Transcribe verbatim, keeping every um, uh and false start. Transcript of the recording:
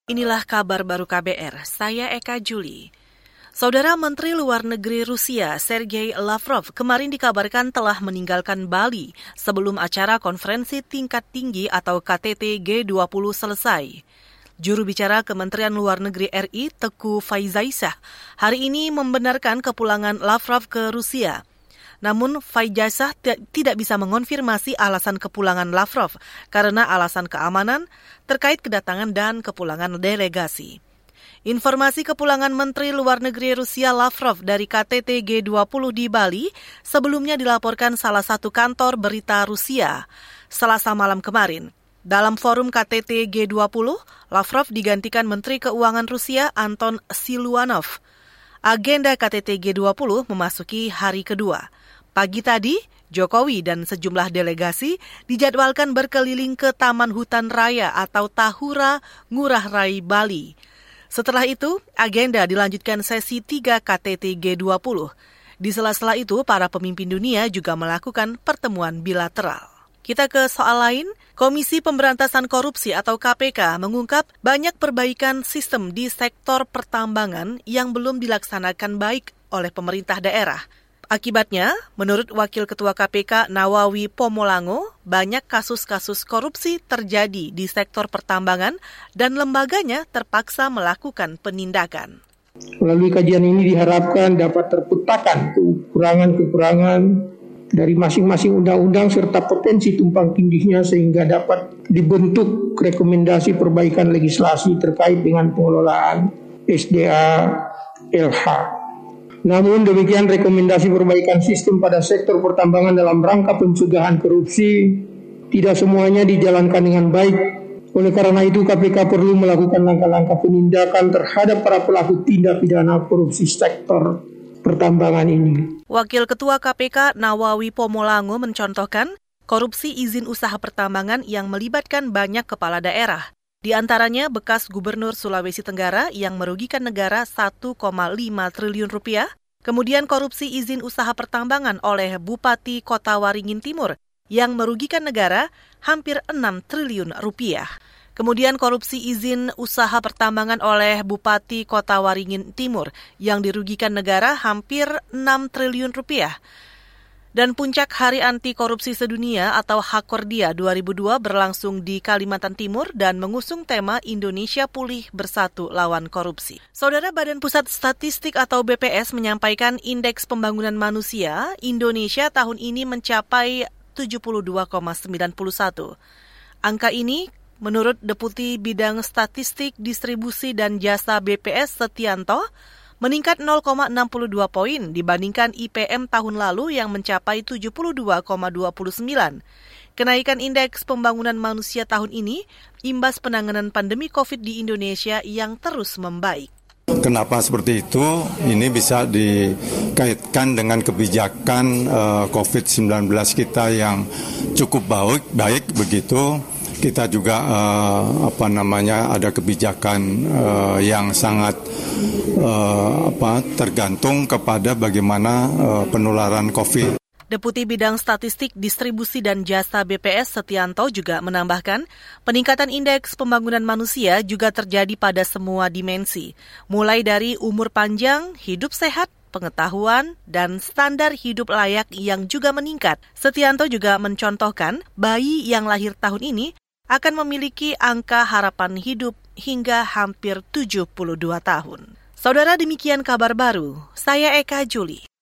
Inilah kabar baru K B R, saya Eka Juli. Saudara Menteri Luar Negeri Rusia, Sergei Lavrov, kemarin dikabarkan telah meninggalkan Bali sebelum acara konferensi tingkat tinggi atau K T T G dua puluh selesai. Juru bicara Kementerian Luar Negeri R I, Teuku Faizasyah, hari ini membenarkan kepulangan Lavrov ke Rusia. Namun Faizasyah t- tidak bisa mengonfirmasi alasan kepulangan Lavrov karena alasan keamanan terkait kedatangan dan kepulangan delegasi. Informasi kepulangan Menteri Luar Negeri Rusia Lavrov dari K T T G dua puluh di Bali sebelumnya dilaporkan salah satu kantor berita Rusia Selasa malam kemarin. Dalam forum K T T G dua puluh, Lavrov digantikan Menteri Keuangan Rusia Anton Siluanov. Agenda K T T G dua puluh memasuki hari kedua. Pagi tadi, Jokowi dan sejumlah delegasi dijadwalkan berkeliling ke Taman Hutan Raya atau Tahura Ngurah Rai, Bali. Setelah itu, agenda dilanjutkan sesi tiga K T T G dua puluh. Di sela-sela itu, para pemimpin dunia juga melakukan pertemuan bilateral. Kita ke soal lain, Komisi Pemberantasan Korupsi atau K P K mengungkap banyak perbaikan sistem di sektor pertambangan yang belum dilaksanakan baik oleh pemerintah daerah. Akibatnya, menurut Wakil Ketua K P K Nawawi Pomolango, banyak kasus-kasus korupsi terjadi di sektor pertambangan dan lembaganya terpaksa melakukan penindakan. Melalui kajian ini diharapkan dapat terpetakan kekurangan-kekurangan dari masing-masing undang-undang serta potensi tumpang tindihnya sehingga dapat dibentuk rekomendasi perbaikan legislasi terkait dengan pengelolaan S D A L H. Namun demikian rekomendasi perbaikan sistem pada sektor pertambangan dalam rangka pencegahan korupsi tidak semuanya dijalankan dengan baik. Oleh karena itu K P K perlu melakukan langkah-langkah penindakan terhadap para pelaku tindak pidana korupsi sektor pertambangan ini. Wakil Ketua K P K Nawawi Pomolango mencontohkan korupsi izin usaha pertambangan yang melibatkan banyak kepala daerah. Di antaranya bekas Gubernur Sulawesi Tenggara yang merugikan negara satu koma lima triliun rupiah, kemudian korupsi izin usaha pertambangan oleh Bupati Kota Waringin Timur yang merugikan negara hampir enam triliun rupiah. Kemudian korupsi izin usaha pertambangan oleh Bupati Kota Waringin Timur yang dirugikan negara hampir enam triliun rupiah. Dan puncak Hari Anti Korupsi Sedunia atau Hakordia dua ribu dua berlangsung di Kalimantan Timur dan mengusung tema Indonesia Pulih Bersatu Lawan Korupsi. Saudara, Badan Pusat Statistik atau B P S menyampaikan Indeks Pembangunan Manusia Indonesia tahun ini mencapai tujuh puluh dua koma sembilan satu. Angka ini menurut Deputi Bidang Statistik, Distribusi dan Jasa B P S Setianto meningkat nol koma enam dua poin dibandingkan I P M tahun lalu yang mencapai tujuh puluh dua koma dua sembilan. Kenaikan Indeks Pembangunan Manusia tahun ini imbas penanganan pandemi COVID di Indonesia yang terus membaik. Kenapa seperti itu? Ini bisa dikaitkan dengan kebijakan uh, covid sembilan belas kita yang cukup baik, baik begitu. Kita juga uh, apa namanya ada kebijakan uh, yang sangat uh, apa tergantung kepada bagaimana uh, penularan COVID. Deputi Bidang Statistik, Distribusi dan Jasa B P S Setianto juga menambahkan, peningkatan indeks pembangunan manusia juga terjadi pada semua dimensi, mulai dari umur panjang, hidup sehat, pengetahuan, dan standar hidup layak yang juga meningkat. Setianto juga mencontohkan bayi yang lahir tahun ini akan memiliki angka harapan hidup hingga hampir tujuh puluh dua tahun. Saudara, demikian kabar baru. Saya Eka Juli.